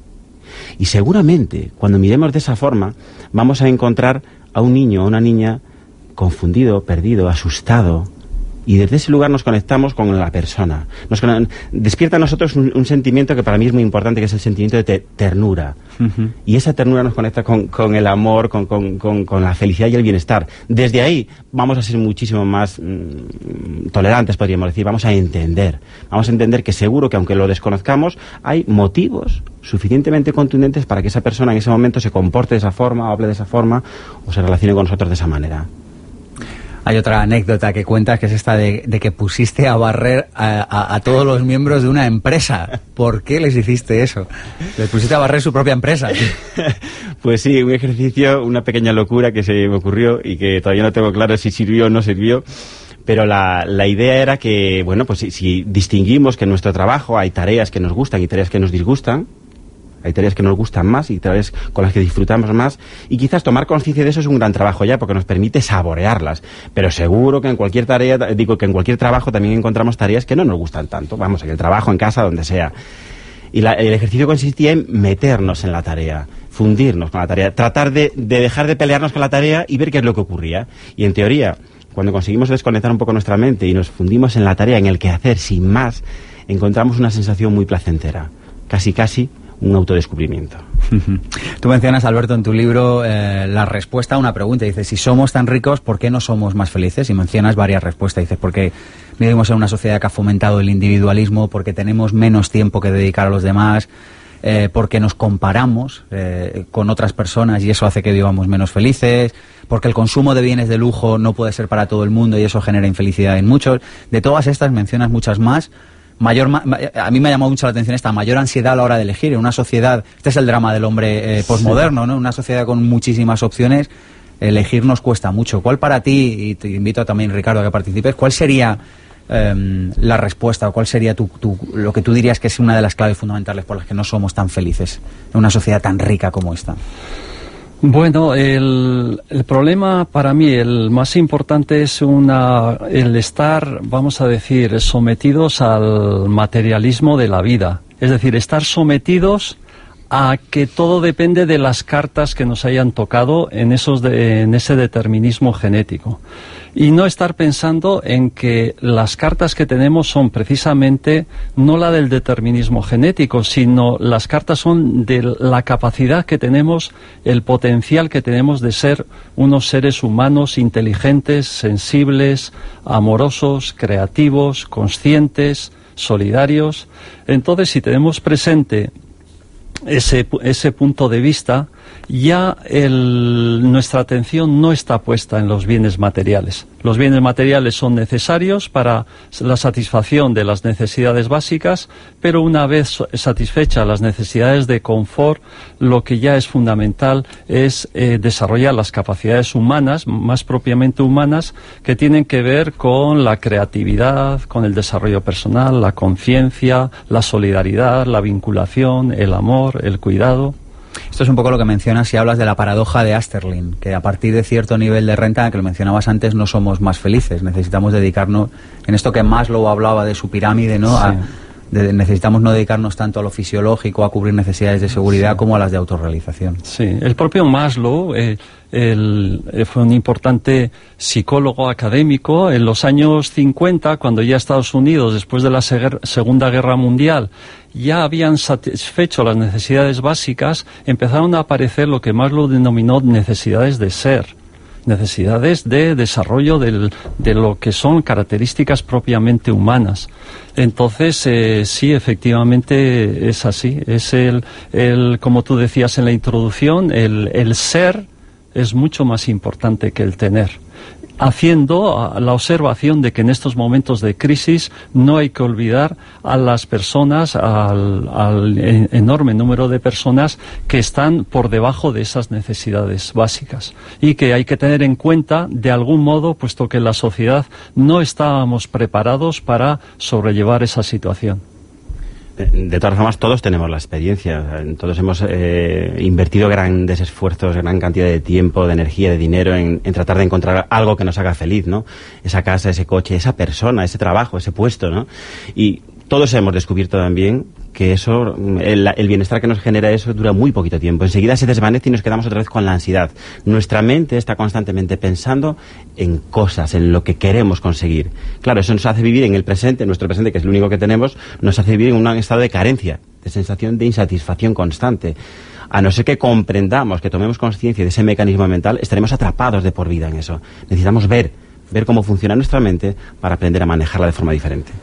Y seguramente, cuando miremos de esa forma, vamos a encontrar a un niño o una niña confundido, perdido, asustado, y desde ese lugar nos conectamos con la persona. Despierta a nosotros un sentimiento que para mí es muy importante, que es el sentimiento de ternura. Uh-huh. Y esa ternura nos conecta con el amor, con la felicidad y el bienestar. Desde ahí vamos a ser muchísimo más tolerantes, podríamos decir. Vamos a entender que seguro que aunque lo desconozcamos, hay motivos suficientemente contundentes para que esa persona en ese momento se comporte de esa forma, o hable de esa forma, o se relacione con nosotros de esa manera. Hay otra anécdota que cuentas, que es esta de que pusiste a barrer a todos los miembros de una empresa. ¿Por qué les hiciste eso? Les pusiste a barrer su propia empresa. Pues sí, un ejercicio, una pequeña locura que se me ocurrió y que todavía no tengo claro si sirvió o no sirvió. Pero la idea era que, bueno, pues si distinguimos que en nuestro trabajo hay tareas que nos gustan y tareas que nos disgustan, hay tareas que nos gustan más y tareas con las que disfrutamos más, y quizás tomar conciencia de eso es un gran trabajo ya, porque nos permite saborearlas. Pero seguro que en cualquier trabajo también encontramos tareas que no nos gustan tanto. Vamos, en el trabajo, en casa, donde sea. Y el ejercicio consistía en meternos en la tarea, fundirnos con la tarea, tratar de dejar de pelearnos con la tarea y ver qué es lo que ocurría. Y en teoría, cuando conseguimos desconectar un poco nuestra mente y nos fundimos en la tarea, en el quehacer, sin más, encontramos una sensación muy placentera. Casi un autodescubrimiento. Tú mencionas, Alberto, en tu libro la respuesta a una pregunta. Dices, si somos tan ricos, ¿por qué no somos más felices? Y mencionas varias respuestas. Dices, porque vivimos en una sociedad que ha fomentado el individualismo, porque tenemos menos tiempo que dedicar a los demás, porque nos comparamos con otras personas y eso hace que vivamos menos felices, porque el consumo de bienes de lujo no puede ser para todo el mundo y eso genera infelicidad en muchos. De todas estas mencionas muchas más. A mí me ha llamado mucho la atención esta mayor ansiedad a la hora de elegir en una sociedad. Este es el drama del hombre posmoderno, ¿no? Una sociedad con muchísimas opciones, elegir nos cuesta mucho. ¿Cuál para ti, y te invito también, Ricardo, a que participes, cuál sería la respuesta, o cuál sería lo que tú dirías que es una de las claves fundamentales por las que no somos tan felices en una sociedad tan rica como esta? Bueno, el problema para mí, el más importante, es el estar, vamos a decir, sometidos al materialismo de la vida. Es decir, estar sometidos a que todo depende de las cartas que nos hayan tocado en ese determinismo genético. Y no estar pensando en que las cartas que tenemos son precisamente no la del determinismo genético, sino las cartas son de la capacidad que tenemos, el potencial que tenemos de ser unos seres humanos inteligentes, sensibles, amorosos, creativos, conscientes, solidarios. Entonces, si tenemos presente ese punto de vista, ya nuestra atención no está puesta en los bienes materiales. Los bienes materiales son necesarios para la satisfacción de las necesidades básicas, pero una vez satisfechas las necesidades de confort, lo que ya es fundamental es desarrollar las capacidades humanas, más propiamente humanas, que tienen que ver con la creatividad, con el desarrollo personal, la conciencia, la solidaridad, la vinculación, el amor, el cuidado. Esto es un poco lo que mencionas si hablas de la paradoja de Asterlin, que a partir de cierto nivel de renta, que lo mencionabas antes, no somos más felices. Necesitamos dedicarnos, en esto que Maslow hablaba de su pirámide, ¿no? Sí. Necesitamos no dedicarnos tanto a lo fisiológico, a cubrir necesidades de seguridad, sí, como a las de autorrealización. Sí, el propio Maslow fue un importante psicólogo académico. En los años 50, cuando ya Estados Unidos, después de la Segunda Guerra Mundial, ya habían satisfecho las necesidades básicas, empezaron a aparecer lo que Maslow denominó necesidades de ser. necesidades de desarrollo de lo que son características propiamente humanas. Entonces, sí, efectivamente es así. Es como tú decías en la introducción, el ser es mucho más importante que el tener, haciendo la observación de que en estos momentos de crisis no hay que olvidar a las personas, al enorme número de personas que están por debajo de esas necesidades básicas, y que hay que tener en cuenta de algún modo, puesto que la sociedad no estábamos preparados para sobrellevar esa situación. De todas formas, todos tenemos la experiencia, todos hemos invertido grandes esfuerzos, gran cantidad de tiempo, de energía, de dinero en tratar de encontrar algo que nos haga feliz, ¿no? Esa casa, ese coche, esa persona, ese trabajo, ese puesto, ¿no? Y todos hemos descubierto también que eso, el bienestar que nos genera eso dura muy poquito tiempo. Enseguida se desvanece y nos quedamos otra vez con la ansiedad. Nuestra mente está constantemente pensando en cosas, en lo que queremos conseguir. Claro, eso nos hace vivir en el presente, nuestro presente, que es lo único que tenemos, nos hace vivir en un estado de carencia, de sensación de insatisfacción constante. A no ser que comprendamos, que tomemos conciencia de ese mecanismo mental, estaremos atrapados de por vida en eso. Necesitamos ver cómo funciona nuestra mente para aprender a manejarla de forma diferente.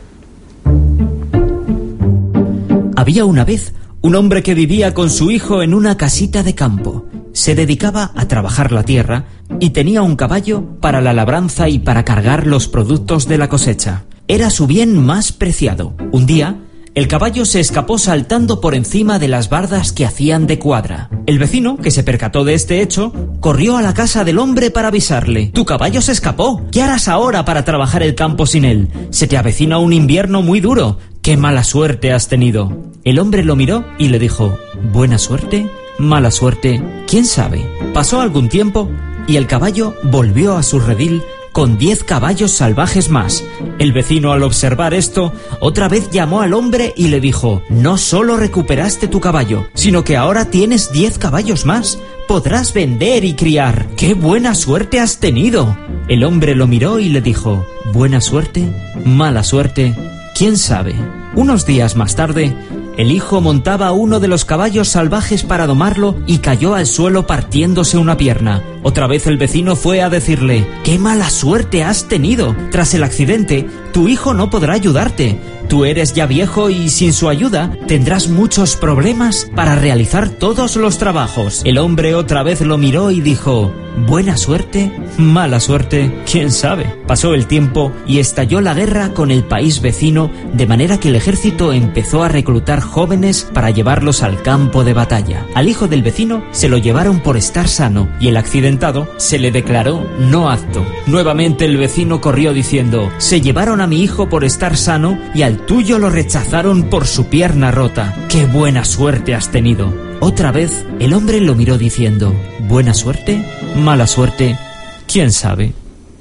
Había una vez un hombre que vivía con su hijo en una casita de campo. Se dedicaba a trabajar la tierra y tenía un caballo para la labranza y para cargar los productos de la cosecha. Era su bien más preciado. Un día, el caballo se escapó saltando por encima de las bardas que hacían de cuadra. El vecino, que se percató de este hecho, corrió a la casa del hombre para avisarle. «Tu caballo se escapó. ¿Qué harás ahora para trabajar el campo sin él? Se te avecina un invierno muy duro. ¡Qué mala suerte has tenido!». El hombre lo miró y le dijo: «¿Buena suerte? ¿Mala suerte? ¿Quién sabe?». Pasó algún tiempo y el caballo volvió a su redil con 10 caballos salvajes más. El vecino, al observar esto, otra vez llamó al hombre y le dijo: «No solo recuperaste tu caballo, sino que ahora tienes 10 caballos más. Podrás vender y criar. ¡Qué buena suerte has tenido!». El hombre lo miró y le dijo: «¿Buena suerte? ¿Mala suerte? ¿Quién sabe?». Unos días más tarde, el hijo montaba uno de los caballos salvajes para domarlo y cayó al suelo partiéndose una pierna. Otra vez el vecino fue a decirle: «¡Qué mala suerte has tenido! Tras el accidente, tu hijo no podrá ayudarte. Tú eres ya viejo y sin su ayuda tendrás muchos problemas para realizar todos los trabajos». El hombre otra vez lo miró y dijo: «¿Buena suerte? ¿Mala suerte? ¿Quién sabe?». Pasó el tiempo y estalló la guerra con el país vecino, de manera que el ejército empezó a reclutar jóvenes para llevarlos al campo de batalla. Al hijo del vecino se lo llevaron por estar sano y el accidentado se le declaró no apto. Nuevamente el vecino corrió diciendo: «Se llevaron a mi hijo por estar sano y al tuyo lo rechazaron por su pierna rota. ¡Qué buena suerte has tenido!». Otra vez el hombre lo miró diciendo: «¿Buena suerte? ¿Mala suerte? ¿Quién sabe?».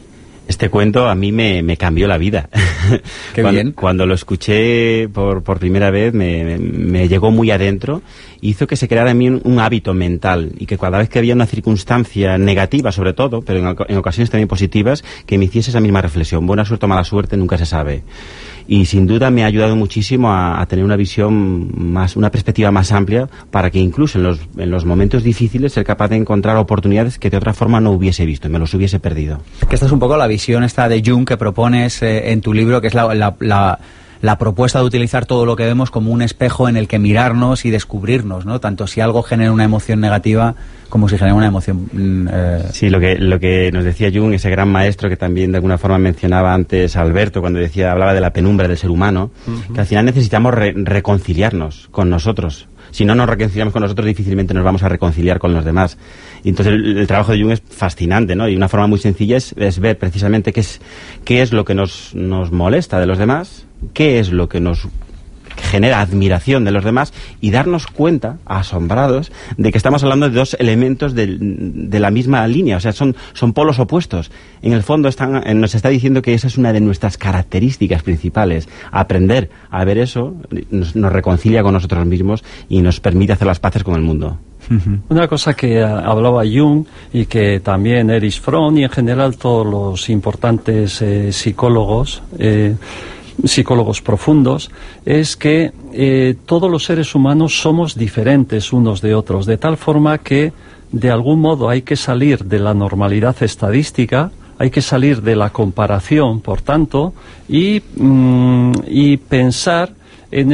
Este cuento a mí me cambió la vida. Qué bien. Cuando lo escuché por primera vez me llegó muy adentro, hizo que se creara en mí un hábito mental, y que cada vez que había una circunstancia negativa, sobre todo, pero en ocasiones también positivas, que me hiciese esa misma reflexión: buena suerte o mala suerte, nunca se sabe. Y sin duda me ha ayudado muchísimo a tener una visión una perspectiva más amplia, para que incluso en los momentos difíciles ser capaz de encontrar oportunidades que de otra forma no hubiese visto, me los hubiese perdido. Que esta es un poco la visión esta de Jung que propones en tu libro, que es la propuesta de utilizar todo lo que vemos como un espejo en el que mirarnos y descubrirnos, ¿no? Tanto si algo genera una emoción negativa como si genera una emoción... Sí, lo que nos decía Jung, ese gran maestro que también de alguna forma mencionaba antes Alberto cuando hablaba de la penumbra del ser humano, que al final necesitamos reconciliarnos con nosotros. Si no nos reconciliamos con nosotros, difícilmente nos vamos a reconciliar con los demás. Y entonces el trabajo de Jung es fascinante, ¿no? Y una forma muy sencilla es ver precisamente qué es lo que nos molesta de los demás, qué es lo que nos genera admiración de los demás, y darnos cuenta, asombrados, de que estamos hablando de dos elementos de la misma línea. O sea, son polos opuestos. En el fondo nos está diciendo que esa es una de nuestras características principales. Aprender a ver eso nos reconcilia con nosotros mismos y nos permite hacer las paces con el mundo. Una cosa que hablaba Jung, y que también Erich Fromm y en general todos los importantes psicólogos profundos, es que todos los seres humanos somos diferentes unos de otros, de tal forma que de algún modo hay que salir de la normalidad estadística, hay que salir de la comparación, por tanto, y pensar en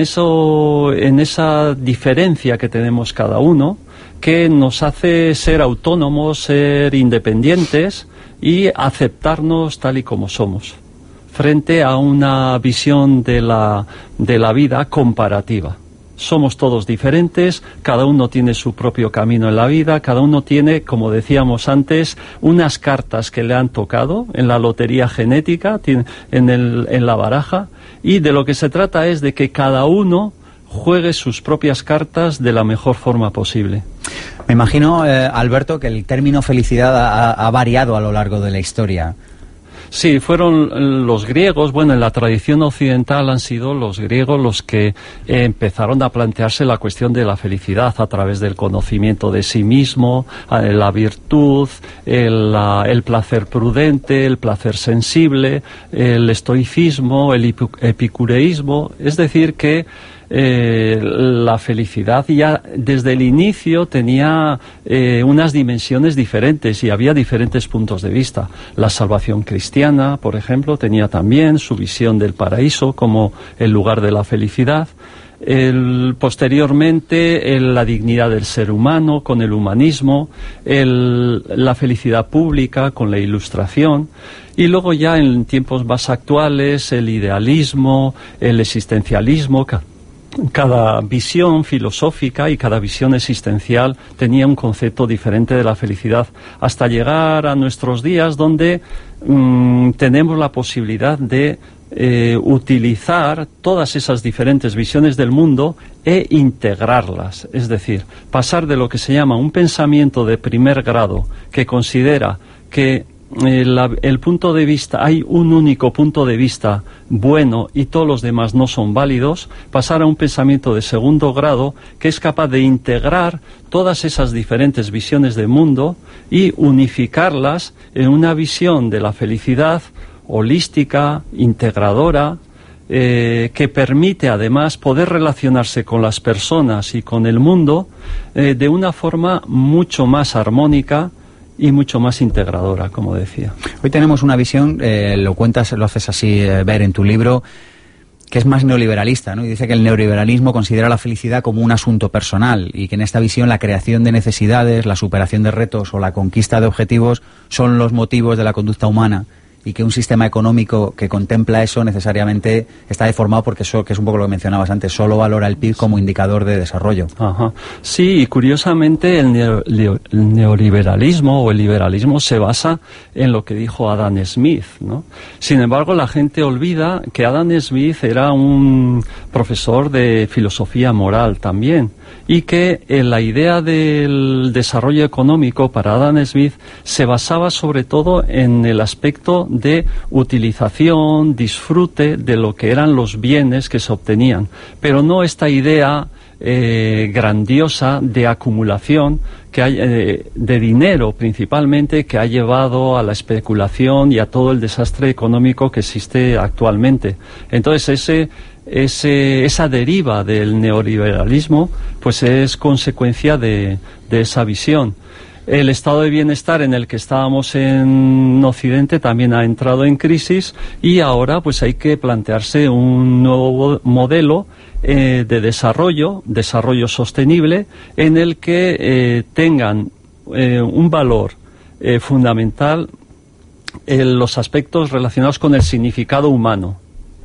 esa diferencia que tenemos cada uno, que nos hace ser autónomos, ser independientes y aceptarnos tal y como somos, frente a una visión de la vida comparativa. Somos todos diferentes, cada uno tiene su propio camino en la vida, cada uno tiene, como decíamos antes, unas cartas que le han tocado en la lotería genética, en la baraja, y de lo que se trata es de que cada uno juegue sus propias cartas de la mejor forma posible. Me imagino, Alberto, que el término felicidad ha variado a lo largo de la historia. Sí, fueron los griegos, bueno, en la tradición occidental han sido los griegos los que empezaron a plantearse la cuestión de la felicidad a través del conocimiento de sí mismo, la virtud, el placer prudente, el placer sensible, el estoicismo, el epicureísmo, es decir que la felicidad ya desde el inicio tenía unas dimensiones diferentes y había diferentes puntos de vista. La salvación cristiana, por ejemplo, tenía también su visión del paraíso como el lugar de la felicidad. Posteriormente, la dignidad del ser humano con el humanismo, la felicidad pública con la ilustración, y luego ya en tiempos más actuales el idealismo, el existencialismo. Cada visión filosófica y cada visión existencial tenía un concepto diferente de la felicidad, hasta llegar a nuestros días donde tenemos la posibilidad de utilizar todas esas diferentes visiones del mundo e integrarlas, es decir, pasar de lo que se llama un pensamiento de primer grado que considera que el punto de vista, hay un único punto de vista bueno y todos los demás no son válidos, pasar a un pensamiento de segundo grado que es capaz de integrar todas esas diferentes visiones del mundo y unificarlas en una visión de la felicidad holística, integradora, que permite además poder relacionarse con las personas y con el mundo de una forma mucho más armónica y mucho más integradora, como decía. Hoy tenemos una visión, lo cuentas, lo haces así ver en tu libro, que es más neoliberalista, ¿no? Y dice que el neoliberalismo considera la felicidad como un asunto personal y que en esta visión la creación de necesidades, la superación de retos o la conquista de objetivos son los motivos de la conducta humana, y que un sistema económico que contempla eso necesariamente está deformado porque eso, que es un poco lo que mencionabas antes, solo valora el PIB como indicador de desarrollo. Ajá. Sí, y curiosamente el neoliberalismo o el liberalismo se basa en lo que dijo Adam Smith, ¿no? Sin embargo, la gente olvida que Adam Smith era un profesor de filosofía moral también, y que la idea del desarrollo económico para Adam Smith se basaba sobre todo en el aspecto de utilización, disfrute de lo que eran los bienes que se obtenían, pero no esta idea grandiosa de acumulación que hay, de dinero principalmente, que ha llevado a la especulación y a todo el desastre económico que existe actualmente. Entonces esa deriva del neoliberalismo pues es consecuencia de esa visión. El estado de bienestar en el que estábamos en Occidente también ha entrado en crisis y ahora pues hay que plantearse un nuevo modelo de desarrollo sostenible en el que tengan un valor fundamental en los aspectos relacionados con el significado humano.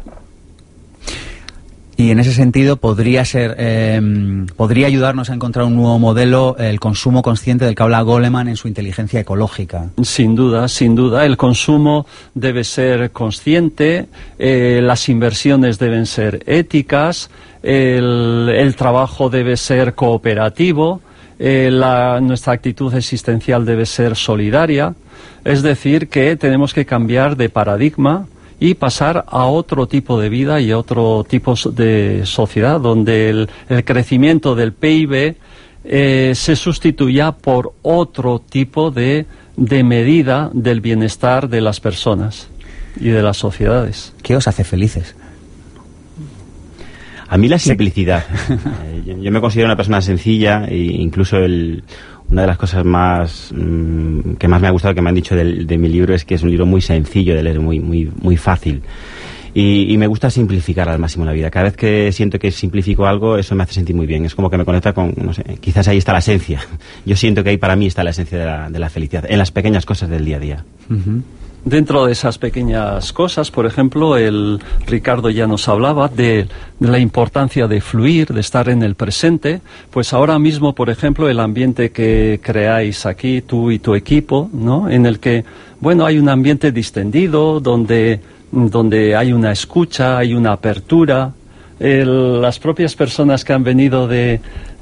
Y en ese sentido podría ayudarnos a encontrar un nuevo modelo, el consumo consciente del que habla Goleman en su Inteligencia Ecológica. Sin duda, el consumo debe ser consciente, las inversiones deben ser éticas, el trabajo debe ser cooperativo, nuestra actitud existencial debe ser solidaria, es decir, que tenemos que cambiar de paradigma y pasar a otro tipo de vida y a otro tipo de sociedad donde el crecimiento del PIB se sustituya por otro tipo de medida del bienestar de las personas y de las sociedades. ¿Qué os hace felices? A mí la simplicidad. Yo me considero una persona sencilla e incluso una de las cosas más que más me ha gustado que me han dicho de mi libro es que es un libro muy sencillo de leer, muy fácil. Y me gusta simplificar al máximo la vida. Cada vez que siento que simplifico algo, eso me hace sentir muy bien. Es como que me conecta con, no sé, quizás ahí está la esencia. Yo siento que ahí para mí está la esencia de la felicidad, en las pequeñas cosas del día a día. Uh-huh. Dentro de esas pequeñas cosas, por ejemplo, Ricardo ya nos hablaba de la importancia de fluir, de estar en el presente. Pues ahora mismo, por ejemplo, el ambiente que creáis aquí, tú y tu equipo, ¿no? En el que, bueno, hay un ambiente distendido, donde hay una escucha, hay una apertura. Las propias personas que han venido de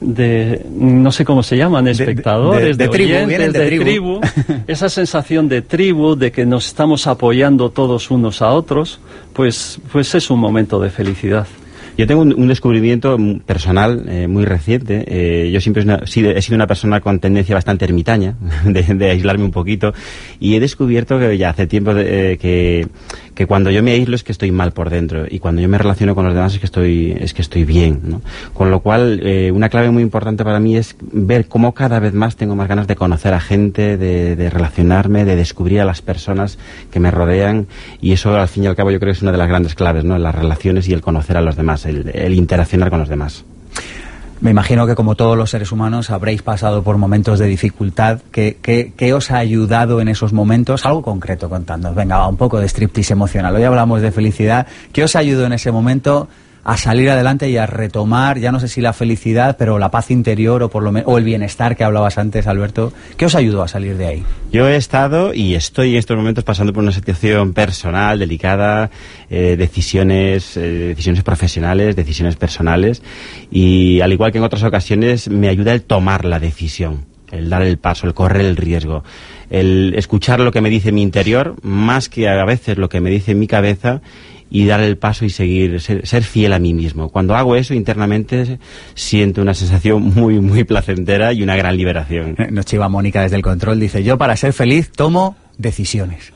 no sé cómo se llaman, espectadores, de tribu, oyentes, de tribu, esa sensación de tribu, de que nos estamos apoyando todos unos a otros, pues es un momento de felicidad. Yo tengo un descubrimiento personal muy reciente. Yo siempre he sido una persona con tendencia bastante ermitaña, de aislarme un poquito, y he descubierto que ya hace tiempo que cuando yo me aíslo es que estoy mal por dentro, y cuando yo me relaciono con los demás es que estoy bien, ¿no? Con lo cual, una clave muy importante para mí es ver cómo cada vez más tengo más ganas de conocer a gente, de relacionarme, de descubrir a las personas que me rodean, y eso al fin y al cabo yo creo que es una de las grandes claves, ¿no? Las relaciones y el conocer a los demás. El interaccionar con los demás. Me imagino que como todos los seres humanos habréis pasado por momentos de dificultad. ¿Qué os ha ayudado en esos momentos? Algo concreto contándonos. Venga, va, un poco de striptease emocional. Hoy hablamos de felicidad. ¿Qué os ayudó en ese momento a salir adelante y a retomar, ya no sé si la felicidad, pero la paz interior o el bienestar que hablabas antes, Alberto? ¿Qué os ayudó a salir de ahí? Yo he estado y estoy en estos momentos pasando por una situación personal, delicada, decisiones profesionales, decisiones personales, y al igual que en otras ocasiones me ayuda el tomar la decisión, el dar el paso, el correr el riesgo, el escuchar lo que me dice mi interior más que a veces lo que me dice mi cabeza, y dar el paso y seguir, ser fiel a mí mismo. Cuando hago eso internamente siento una sensación muy placentera y una gran liberación. Nos chiva Mónica desde el control, dice: yo para ser feliz tomo decisiones.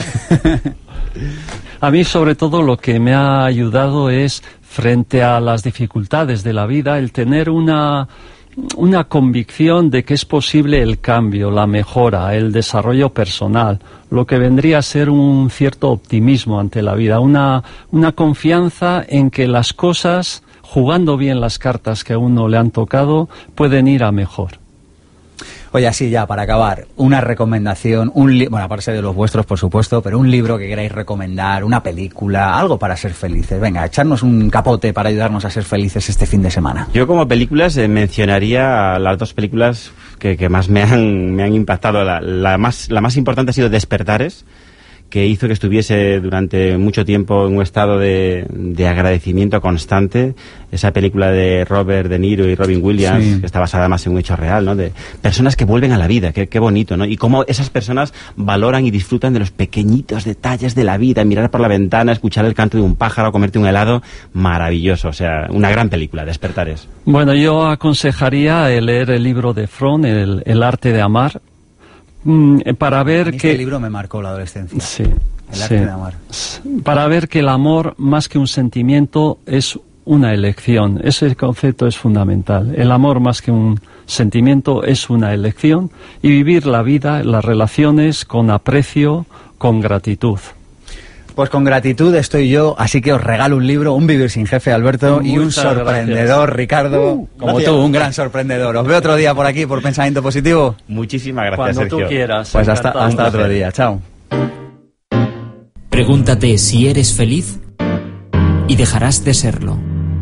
A mí sobre todo lo que me ha ayudado es, frente a las dificultades de la vida, el tener una convicción de que es posible el cambio, la mejora, el desarrollo personal, lo que vendría a ser un cierto optimismo ante la vida, una confianza en que las cosas, jugando bien las cartas que a uno le han tocado, pueden ir a mejor. Oye, así ya, para acabar, una recomendación, bueno, aparte de los vuestros, por supuesto, pero un libro que queráis recomendar, una película, algo para ser felices. Venga, echarnos un capote para ayudarnos a ser felices este fin de semana. Yo como películas mencionaría las dos películas que más me han impactado. La más importante ha sido Despertares, que hizo que estuviese durante mucho tiempo en un estado de agradecimiento constante. Esa película de Robert De Niro y Robin Williams, sí, que está basada más en un hecho real, ¿no? De personas que vuelven a la vida, qué bonito, ¿no? Y cómo esas personas valoran y disfrutan de los pequeñitos detalles de la vida, mirar por la ventana, escuchar el canto de un pájaro, comerte un helado, maravilloso. O sea, una gran película, Despertares. Bueno, yo aconsejaría leer el libro de Fromm, El arte de amar, para ver que... Este libro me marcó la adolescencia. Sí. El arte de amar. Para ver que el amor, más que un sentimiento, es una elección. Ese concepto es fundamental. El amor, más que un sentimiento, es una elección, y vivir la vida, las relaciones, con aprecio, con gratitud. Pues con gratitud estoy yo, así que os regalo un libro, Un vivir sin jefe, Alberto, y un sorprendedor, gracias. Ricardo, como gracias. Tú, un gran sorprendedor. Os veo otro día por aquí, por Pensamiento Positivo. Muchísimas gracias, Cuando Sergio. Tú quieras. Pues hasta otro día, chao. Pregúntate si eres feliz y dejarás de serlo.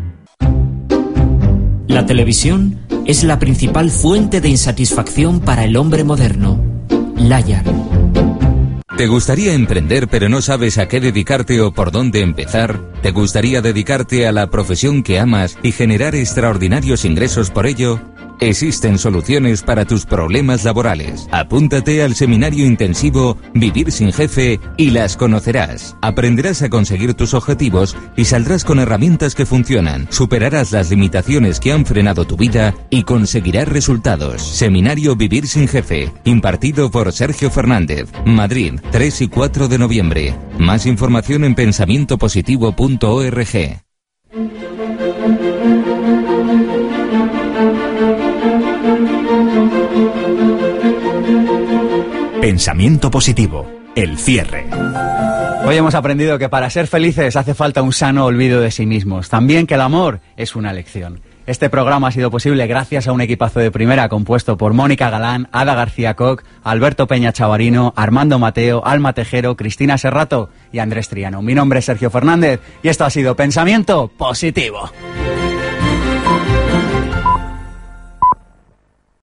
La televisión es la principal fuente de insatisfacción para el hombre moderno. Layar. ¿Te gustaría emprender pero no sabes a qué dedicarte o por dónde empezar? ¿Te gustaría dedicarte a la profesión que amas y generar extraordinarios ingresos por ello? Existen soluciones para tus problemas laborales. Apúntate al seminario intensivo Vivir sin Jefe y las conocerás. Aprenderás a conseguir tus objetivos y saldrás con herramientas que funcionan. Superarás las limitaciones que han frenado tu vida y conseguirás resultados. Seminario Vivir sin Jefe, impartido por Sergio Fernández. Madrid, 3 y 4 de noviembre. Más información en pensamientopositivo.org. Pensamiento positivo. El cierre. Hoy hemos aprendido que para ser felices hace falta un sano olvido de sí mismos. También que el amor es una elección. Este programa ha sido posible gracias a un equipazo de primera compuesto por Mónica Galán, Ada García Koch, Alberto Peña Chavarino, Armando Mateo, Alma Tejero, Cristina Serrato y Andrés Triano. Mi nombre es Sergio Fernández y esto ha sido Pensamiento Positivo.